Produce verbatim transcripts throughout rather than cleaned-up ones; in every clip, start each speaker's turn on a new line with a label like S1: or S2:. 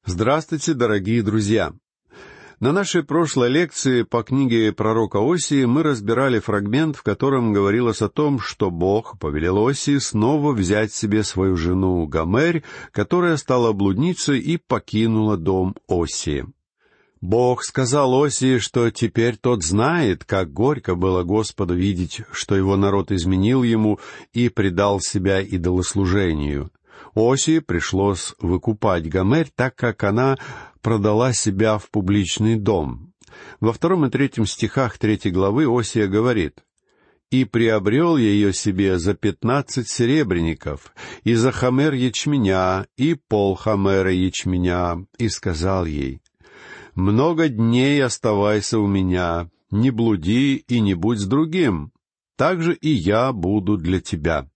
S1: Здравствуйте, дорогие друзья! На нашей прошлой лекции по книге пророка Осии мы разбирали фрагмент, в котором говорилось о том, что Бог повелел Осии снова взять себе свою жену Гомерь, которая стала блудницей и покинула дом Осии. Бог сказал Осии, что теперь тот знает, как горько было Господу видеть, что его народ изменил ему и предал себя идолослужению. Осии пришлось выкупать Гомерь, так как она продала себя в публичный дом. Во втором и третьем стихах третьей главы Осия говорит: «И приобрел я ее себе за пятнадцать серебряников, и за хомер ячменя, и пол хомера ячменя, и сказал ей: много дней оставайся у меня, не блуди и не будь с другим, так же и я буду для тебя».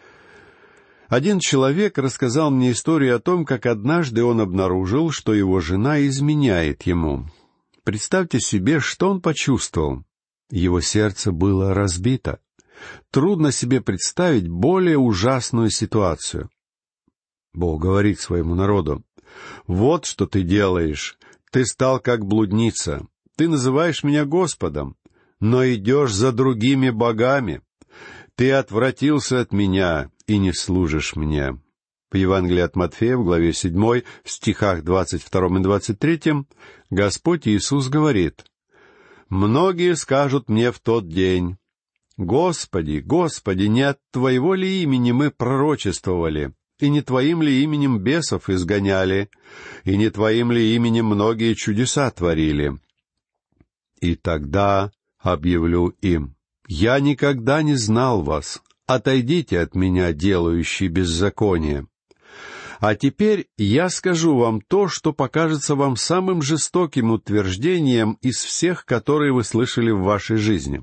S1: Один человек рассказал мне историю о том, как однажды он обнаружил, что его жена изменяет ему. Представьте себе, что он почувствовал. Его сердце было разбито. Трудно себе представить более ужасную ситуацию. Бог говорит своему народу: «Вот что ты делаешь. Ты стал как блудница. Ты называешь меня Господом, но идешь за другими богами. Ты отвратился от меня и не служишь мне». В Евангелии от Матфея, в главе седьмой, в стихах двадцать втором и двадцать третьем, Господь Иисус говорит: «Многие скажут мне в тот день: Господи, Господи, не от Твоего ли имени мы пророчествовали, и не Твоим ли именем бесов изгоняли, и не Твоим ли именем многие чудеса творили? И тогда объявлю им: я никогда не знал вас, отойдите от меня, делающие беззаконие. А теперь я скажу вам то, что покажется вам самым жестоким утверждением из всех, которые вы слышали в вашей жизни.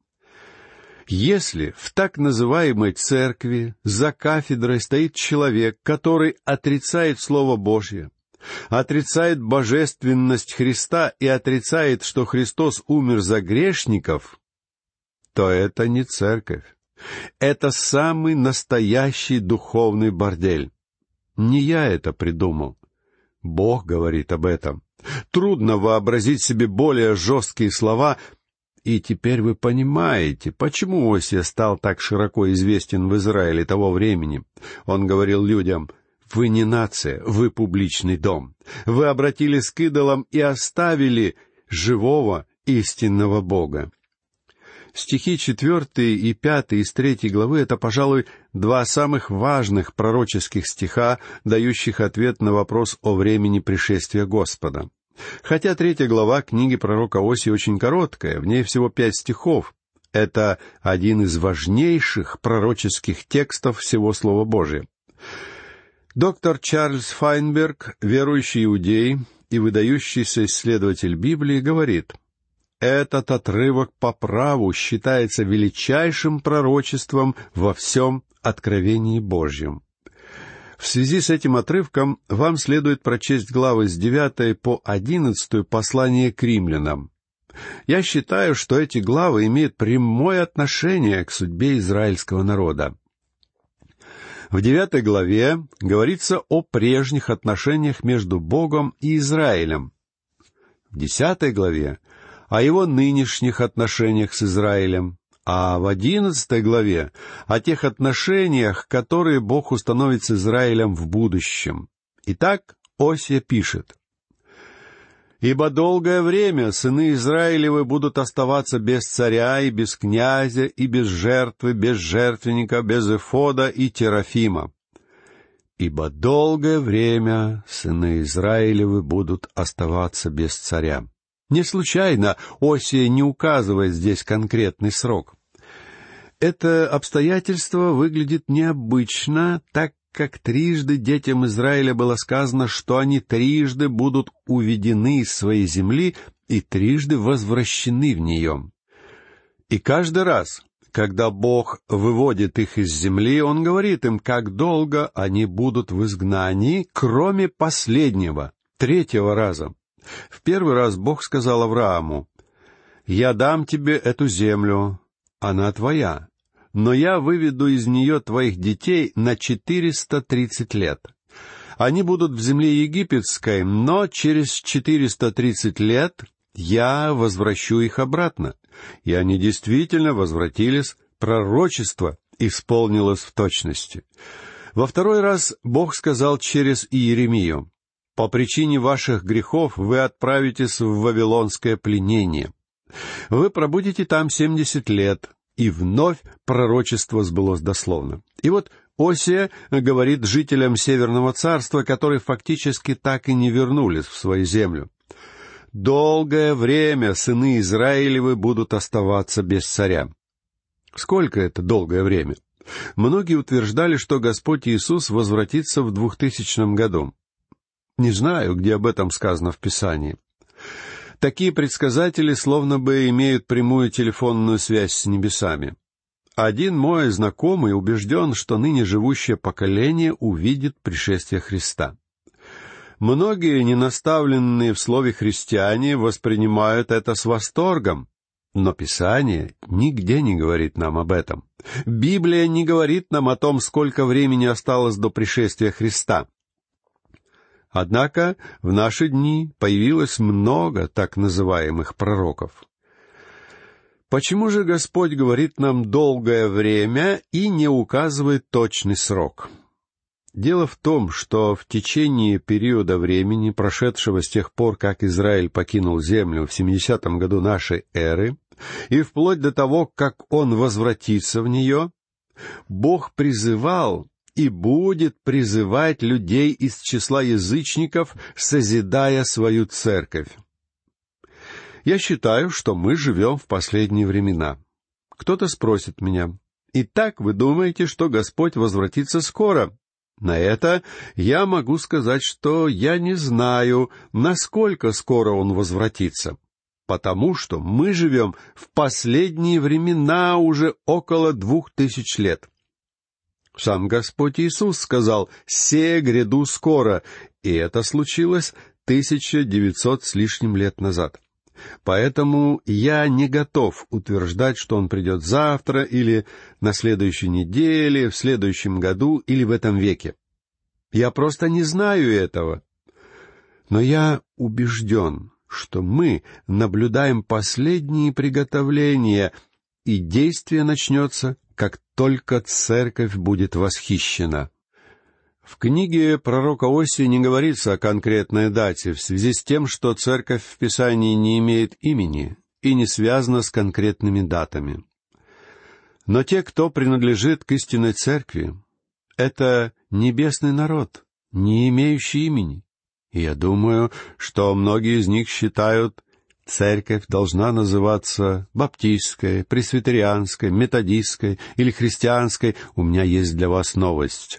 S1: Если в так называемой церкви за кафедрой стоит человек, который отрицает Слово Божье, отрицает божественность Христа и отрицает, что Христос умер за грешников, то это не церковь. Это самый настоящий духовный бордель. Не я это придумал. Бог говорит об этом. Трудно вообразить себе более жесткие слова, и теперь вы понимаете, почему Осия стал так широко известен в Израиле того времени. Он говорил людям: «Вы не нация, вы публичный дом. Вы обратились к идолам и оставили живого истинного Бога». Стихи четвертый и пятый из третьей главы — это, пожалуй, два самых важных пророческих стиха, дающих ответ на вопрос о времени пришествия Господа. Хотя третья глава книги пророка Осии очень короткая, в ней всего пять стихов. Это один из важнейших пророческих текстов всего Слова Божия. Доктор Чарльз Файнберг, верующий иудей и выдающийся исследователь Библии, говорит: «Этот отрывок по праву считается величайшим пророчеством во всем откровении Божьем». В связи с этим отрывком вам следует прочесть главы с девятой по одиннадцатую послания к римлянам. Я считаю, что эти главы имеют прямое отношение к судьбе израильского народа. В девятой главе говорится о прежних отношениях между Богом и Израилем. В десятой главе о его нынешних отношениях с Израилем, а в одиннадцатой главе о тех отношениях, которые Бог установит с Израилем в будущем. Итак, Осия пишет: «Ибо долгое время сыны Израилевы будут оставаться без царя и без князя, и без жертвы, без жертвенника, без эфода и терафима. Ибо долгое время сыны Израилевы будут оставаться без царя». Не случайно Осия не указывает здесь конкретный срок. Это обстоятельство выглядит необычно, так как трижды детям Израиля было сказано, что они трижды будут уведены из своей земли и трижды возвращены в нее. И каждый раз, когда Бог выводит их из земли, Он говорит им, как долго они будут в изгнании, кроме последнего, третьего раза. В первый раз Бог сказал Аврааму: «Я дам тебе эту землю, она твоя, но я выведу из нее твоих детей на четыреста тридцать лет. Они будут в земле египетской, но через четыреста тридцать лет я возвращу их обратно. И они действительно возвратились, пророчество исполнилось в точности. Во второй раз Бог сказал через Иеремию: «По причине ваших грехов вы отправитесь в вавилонское пленение. Вы пробудете там семьдесят лет». И вновь пророчество сбылось дословно. И вот Осия говорит жителям Северного царства, которые фактически так и не вернулись в свою землю: «Долгое время сыны Израилевы будут оставаться без царя». Сколько это долгое время? Многие утверждали, что Господь Иисус возвратится в двухтысячном году. Не знаю, где об этом сказано в Писании. Такие предсказатели словно бы имеют прямую телефонную связь с небесами. Один мой знакомый убежден, что ныне живущее поколение увидит пришествие Христа. Многие, ненаставленные в слове христиане, воспринимают это с восторгом, но Писание нигде не говорит нам об этом. Библия не говорит нам о том, сколько времени осталось до пришествия Христа. Однако в наши дни появилось много так называемых пророков. Почему же Господь говорит нам «долгое время» и не указывает точный срок? Дело в том, что в течение периода времени, прошедшего с тех пор, как Израиль покинул землю в семидесятом году нашей эры, и вплоть до того, как он возвратится в нее, Бог призывал и будет призывать людей из числа язычников, созидая свою церковь. Я считаю, что мы живем в последние времена. Кто-то спросит меня: «Итак, вы думаете, что Господь возвратится скоро?» На это я могу сказать, что я не знаю, насколько скоро Он возвратится, потому что мы живем в последние времена уже около двух тысяч лет. Сам Господь Иисус сказал: «Се гряду скоро», и это случилось тысяча девятьсот с лишним лет назад. Поэтому я не готов утверждать, что Он придет завтра или на следующей неделе, в следующем году или в этом веке. Я просто не знаю этого. Но я убежден, что мы наблюдаем последние приготовления, и действие начнется, как только церковь будет восхищена. В книге пророка Осии не говорится о конкретной дате, в связи с тем, что церковь в Писании не имеет имени и не связана с конкретными датами. Но те, кто принадлежит к истинной церкви, это небесный народ, не имеющий имени. И я думаю, что многие из них считают, церковь должна называться баптистской, пресвитерианской, методистской или христианской. У меня есть для вас новость.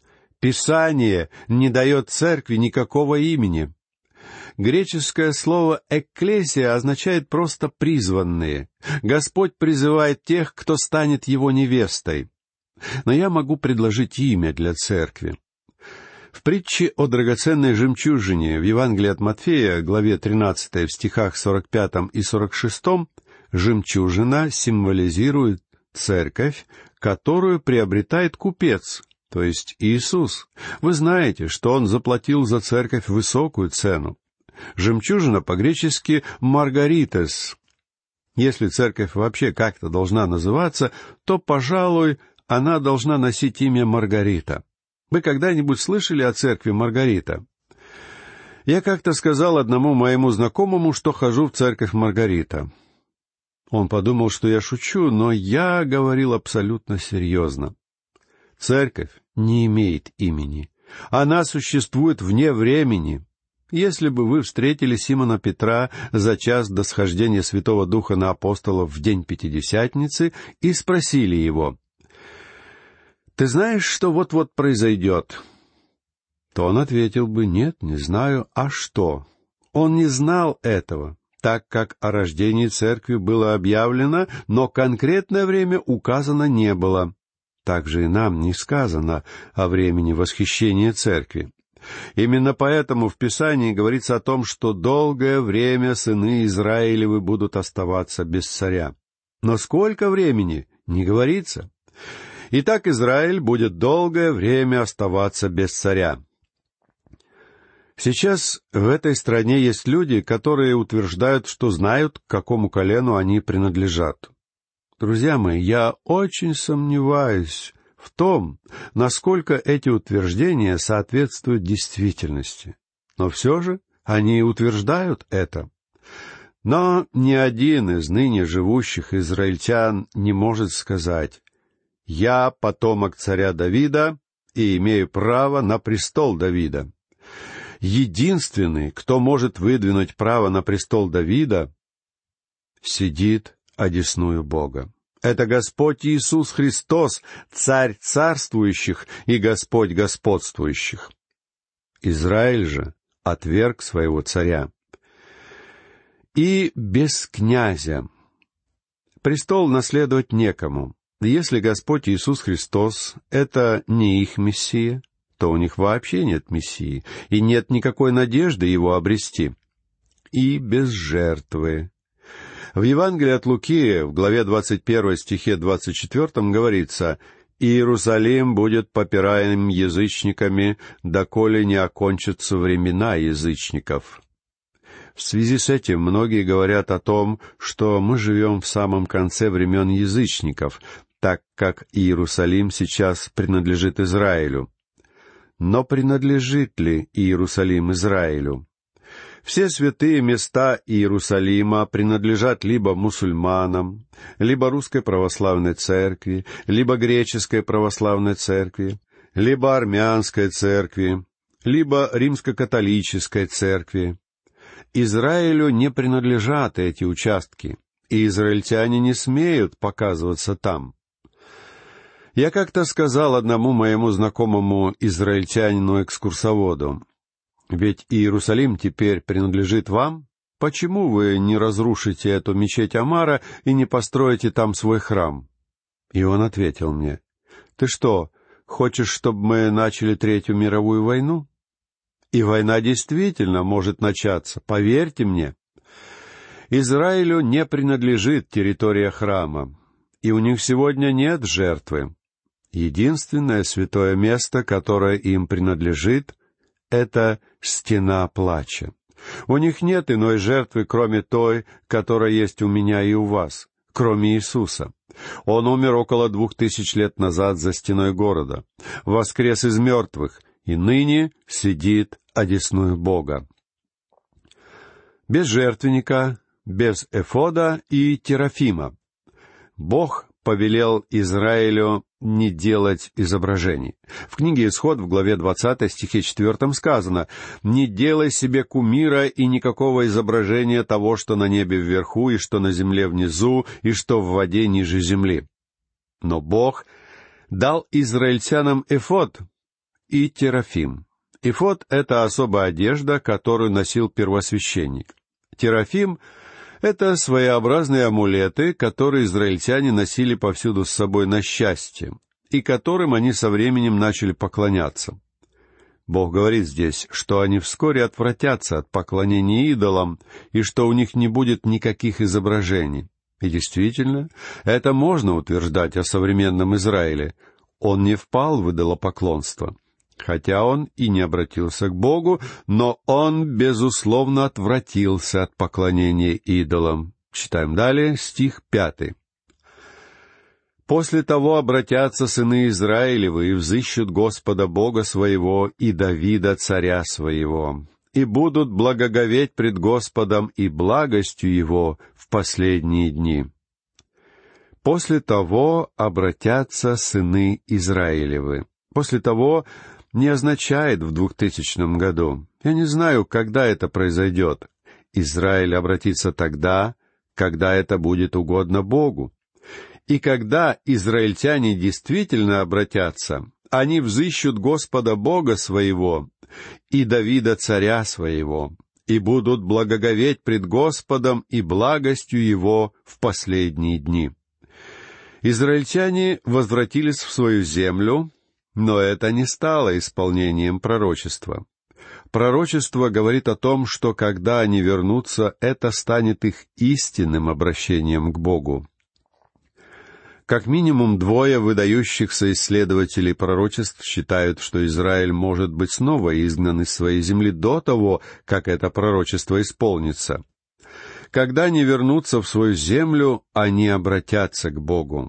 S1: Писание не дает церкви никакого имени. Греческое слово «экклесия» означает просто «призванные». Господь призывает тех, кто станет Его невестой. Но я могу предложить имя для церкви. В притче о драгоценной жемчужине в Евангелии от Матфея, главе тринадцатой, в стихах сорок пятом и сорок шестом, жемчужина символизирует церковь, которую приобретает купец, то есть Иисус. Вы знаете, что Он заплатил за церковь высокую цену. Жемчужина по-гречески «маргаритес». Если церковь вообще как-то должна называться, то, пожалуй, она должна носить имя Маргарита. Вы когда-нибудь слышали о церкви Маргарита? Я как-то сказал одному моему знакомому, что хожу в церковь Маргарита. Он подумал, что я шучу, но я говорил абсолютно серьезно. Церковь не имеет имени. Она существует вне времени. Если бы вы встретили Симона Петра за час до схождения Святого Духа на апостолов в день Пятидесятницы и спросили его: «Ты знаешь, что вот-вот произойдет?» то он ответил бы: «Нет, не знаю, а что?» Он не знал этого, так как о рождении церкви было объявлено, но конкретное время указано не было. Также и нам не сказано о времени восхищения церкви. Именно поэтому в Писании говорится о том, что долгое время сыны Израилевы будут оставаться без царя. Но сколько времени, не говорится. Итак, Израиль будет долгое время оставаться без царя. Сейчас в этой стране есть люди, которые утверждают, что знают, к какому колену они принадлежат. Друзья мои, я очень сомневаюсь в том, насколько эти утверждения соответствуют действительности. Но все же они утверждают это. Но ни один из ныне живущих израильтян не может сказать: «Я потомок царя Давида и имею право на престол Давида». Единственный, кто может выдвинуть право на престол Давида, сидит одесную Бога. Это Господь Иисус Христос, Царь царствующих и Господь господствующих. Израиль же отверг своего царя. И без князя престол наследовать некому. Если Господь Иисус Христос — это не их Мессия, то у них вообще нет Мессии, и нет никакой надежды его обрести. И без жертвы. В Евангелии от Луки, в главе двадцать первой, стихе двадцать четвёртом говорится: «Иерусалим будет попираем язычниками, доколе не окончатся времена язычников». В связи с этим многие говорят о том, что мы живем в самом конце времен язычников, так как Иерусалим сейчас принадлежит Израилю. Но принадлежит ли Иерусалим Израилю? Все святые места Иерусалима принадлежат либо мусульманам, либо Русской Православной Церкви, либо Греческой Православной Церкви, либо Армянской Церкви, либо Римско-католической Церкви. Израилю не принадлежат эти участки, и израильтяне не смеют показываться там. Я как-то сказал одному моему знакомому израильтянину-экскурсоводу: «Ведь Иерусалим теперь принадлежит вам. Почему вы не разрушите эту мечеть Омара и не построите там свой храм?» И он ответил мне: «Ты что, хочешь, чтобы мы начали Третью мировую войну?» И война действительно может начаться, поверьте мне. Израилю не принадлежит территория храма, и у них сегодня нет жертвы. Единственное святое место, которое им принадлежит, — это стена плача. У них нет иной жертвы, кроме той, которая есть у меня и у вас, кроме Иисуса. Он умер около двух тысяч лет назад за стеной города, воскрес из мертвых, и ныне сидит одесную Бога. Без жертвенника, без эфода и терафима. Бог повелел Израилю не делать изображений. В книге «Исход» в главе двадцатой, стихе четвёртом сказано: «Не делай себе кумира и никакого изображения того, что на небе вверху, и что на земле внизу, и что в воде ниже земли». Но Бог дал израильтянам эфод и терафим. Эфод — это особая одежда, которую носил первосвященник. Терафим — это своеобразные амулеты, которые израильтяне носили повсюду с собой на счастье, и которым они со временем начали поклоняться. Бог говорит здесь, что они вскоре отвратятся от поклонения идолам, и что у них не будет никаких изображений. И действительно, это можно утверждать о современном Израиле. Он не впал в идолопоклонство. Хотя он и не обратился к Богу, но он, безусловно, отвратился от поклонения идолам. Читаем далее, стих пятый. «После того обратятся сыны Израилевы и взыщут Господа Бога своего и Давида царя своего, и будут благоговеть пред Господом и благостью Его в последние дни». «После того обратятся сыны Израилевы». «После того» не означает в двухтысячном году. Я не знаю, когда это произойдет. Израиль обратится тогда, когда это будет угодно Богу. И когда израильтяне действительно обратятся, они взыщут Господа Бога своего и Давида царя своего, и будут благоговеть пред Господом и благостью Его в последние дни. Израильтяне возвратились в свою землю, но это не стало исполнением пророчества. Пророчество говорит о том, что когда они вернутся, это станет их истинным обращением к Богу. Как минимум двое выдающихся исследователей пророчеств считают, что Израиль может быть снова изгнан из своей земли до того, как это пророчество исполнится. Когда они вернутся в свою землю, они обратятся к Богу.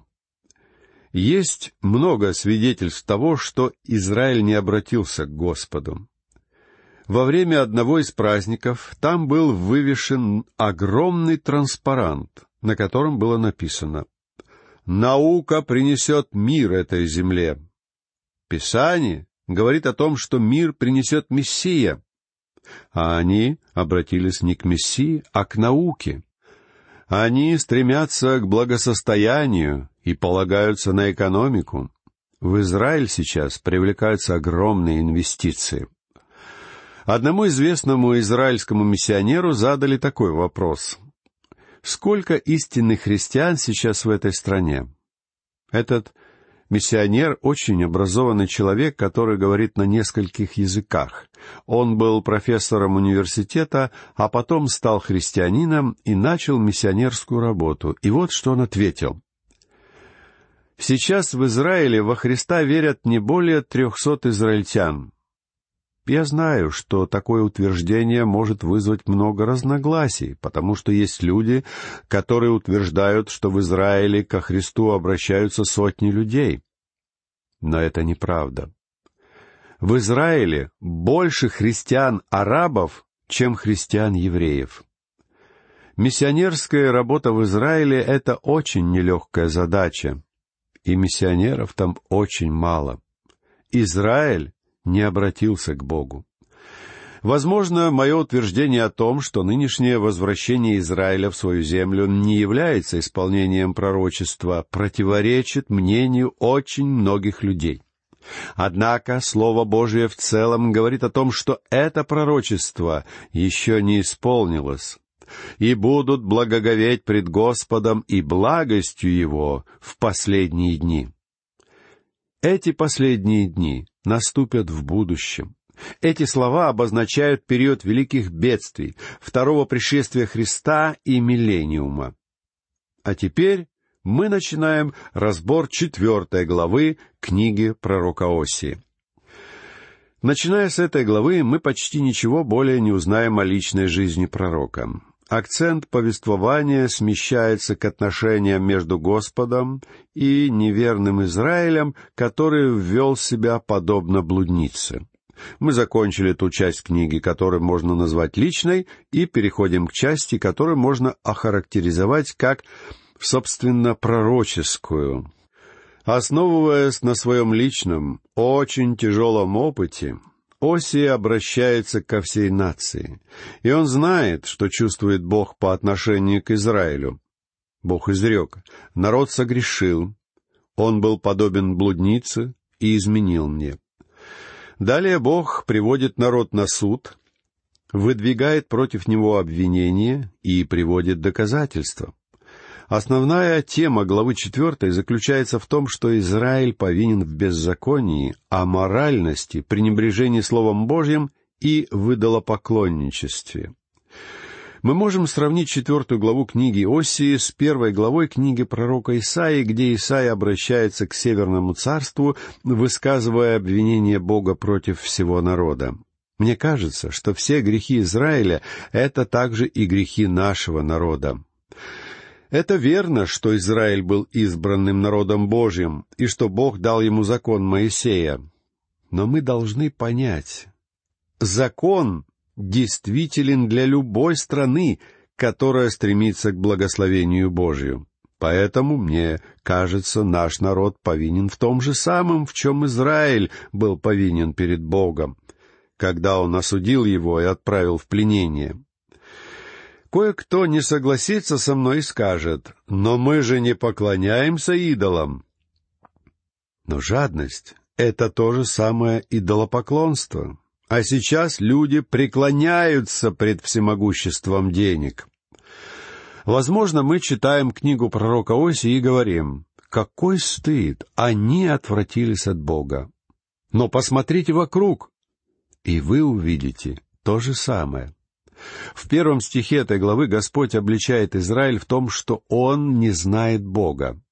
S1: Есть много свидетельств того, что Израиль не обратился к Господу. Во время одного из праздников там был вывешен огромный транспарант, на котором было написано: «Наука принесет мир этой земле». Писание говорит о том, что мир принесет Мессия. А они обратились не к Мессии, а к науке. Они стремятся к благосостоянию и полагаются на экономику. В Израиль сейчас привлекаются огромные инвестиции. Одному известному израильскому миссионеру задали такой вопрос: сколько истинных христиан сейчас в этой стране? Этот миссионер очень образованный человек, который говорит на нескольких языках. Он был профессором университета, а потом стал христианином и начал миссионерскую работу. И вот что он ответил: «Сейчас в Израиле во Христа верят не более трехсот израильтян. Я знаю, что такое утверждение может вызвать много разногласий, потому что есть люди, которые утверждают, что в Израиле ко Христу обращаются сотни людей. Но это неправда. В Израиле больше христиан-арабов, чем христиан-евреев. Миссионерская работа в Израиле — это очень нелегкая задача, и миссионеров там очень мало. Израиль не обратился к Богу. Возможно, мое утверждение о том, что нынешнее возвращение Израиля в свою землю не является исполнением пророчества, противоречит мнению очень многих людей. Однако Слово Божие в целом говорит о том, что это пророчество еще не исполнилось, и будут благоговеть пред Господом и благостью Его в последние дни. Эти последние дни наступят в будущем. Эти слова обозначают период великих бедствий, второго пришествия Христа и миллениума. А теперь мы начинаем разбор четвертой главы книги пророка Осии. Начиная с этой главы, мы почти ничего более не узнаем о личной жизни пророка. Акцент повествования смещается к отношениям между Господом и неверным Израилем, который ввел себя подобно блуднице. Мы закончили ту часть книги, которую можно назвать личной, и переходим к части, которую можно охарактеризовать как, собственно, пророческую. Основываясь на своем личном, очень тяжелом опыте, Осия обращается ко всей нации, и он знает, что чувствует Бог по отношению к Израилю. Бог изрек: «Народ согрешил, он был подобен блуднице и изменил мне». Далее Бог приводит народ на суд, выдвигает против него обвинения и приводит доказательства. Основная тема главы четвертой заключается в том, что Израиль повинен в беззаконии, аморальности, пренебрежении Словом Божьим и в идолопоклонничестве. Мы можем сравнить четвертую главу книги Осии с первой главой книги пророка Исаии, где Исаия обращается к Северному царству, высказывая обвинение Бога против всего народа. Мне кажется, что все грехи Израиля — это также и грехи нашего народа. Это верно, что Израиль был избранным народом Божьим, и что Бог дал ему закон Моисея. Но мы должны понять, закон действителен для любой страны, которая стремится к благословению Божию. Поэтому, мне кажется, наш народ повинен в том же самом, в чем Израиль был повинен перед Богом, когда он осудил его и отправил в пленение. Кое-кто не согласится со мной и скажет: «Но мы же не поклоняемся идолам». Но жадность — это то же самое идолопоклонство. А сейчас люди преклоняются пред всемогуществом денег. Возможно, мы читаем книгу пророка Осии и говорим: «Какой стыд! Они отвратились от Бога». Но посмотрите вокруг, и вы увидите то же самое. В первом стихе этой главы Господь обличает Израиль в том, что он не знает Бога.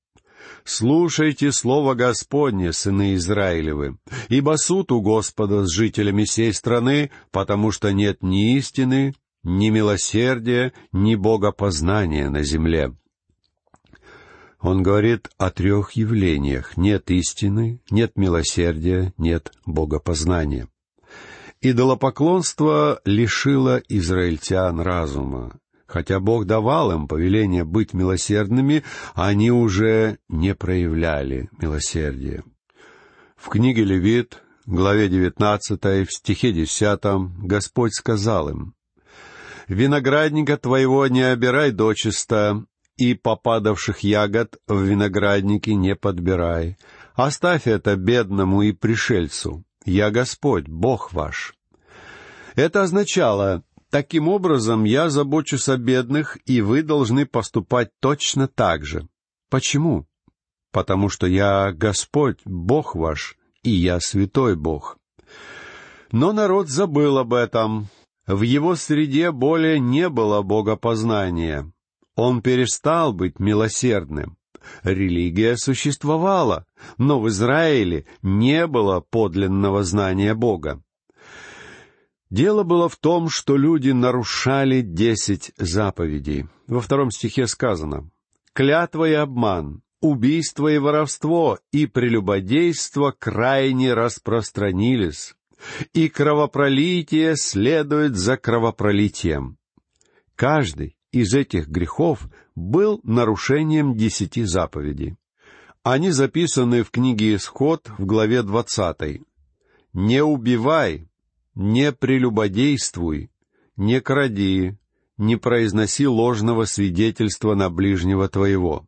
S1: Слушайте слово Господне, сыны Израилевы, ибо суд у Господа с жителями сей страны, потому что нет ни истины, ни милосердия, ни богопознания на земле». Он говорит о трех явлениях: нет истины, нет милосердия, нет богопознания. Идолопоклонство лишило израильтян разума. Хотя Бог давал им повеление быть милосердными, они уже не проявляли милосердия. В книге Левит, главе девятнадцатой, в стихе десятом, Господь сказал им: «Виноградника твоего не обирай дочисто, и попадавших ягод в винограднике не подбирай. Оставь это бедному и пришельцу. Я Господь, Бог ваш». Это означало: таким образом, я забочусь о бедных, и вы должны поступать точно так же. Почему? Потому что я Господь, Бог ваш, и я святой Бог. Но народ забыл об этом. В его среде более не было богопознания. Он перестал быть милосердным. Религия существовала, но в Израиле не было подлинного знания Бога. Дело было в том, что люди нарушали десять заповедей. Во втором стихе сказано: «Клятва и обман, убийство и воровство и прелюбодейство крайне распространились, и кровопролитие следует за кровопролитием». Каждый из этих грехов был нарушением десяти заповедей. Они записаны в книге Исход в главе двадцатой. «Не убивай, не прелюбодействуй, не кради, не произноси ложного свидетельства на ближнего твоего».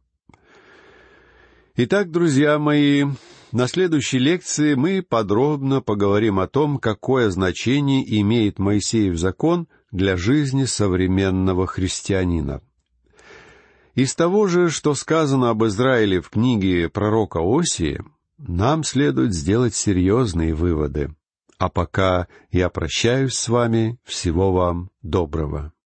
S1: Итак, друзья мои, на следующей лекции мы подробно поговорим о том, какое значение имеет Моисеев закон для жизни современного христианина. Из того же, что сказано об Израиле в книге пророка Осии, нам следует сделать серьезные выводы. А пока я прощаюсь с вами. Всего вам доброго.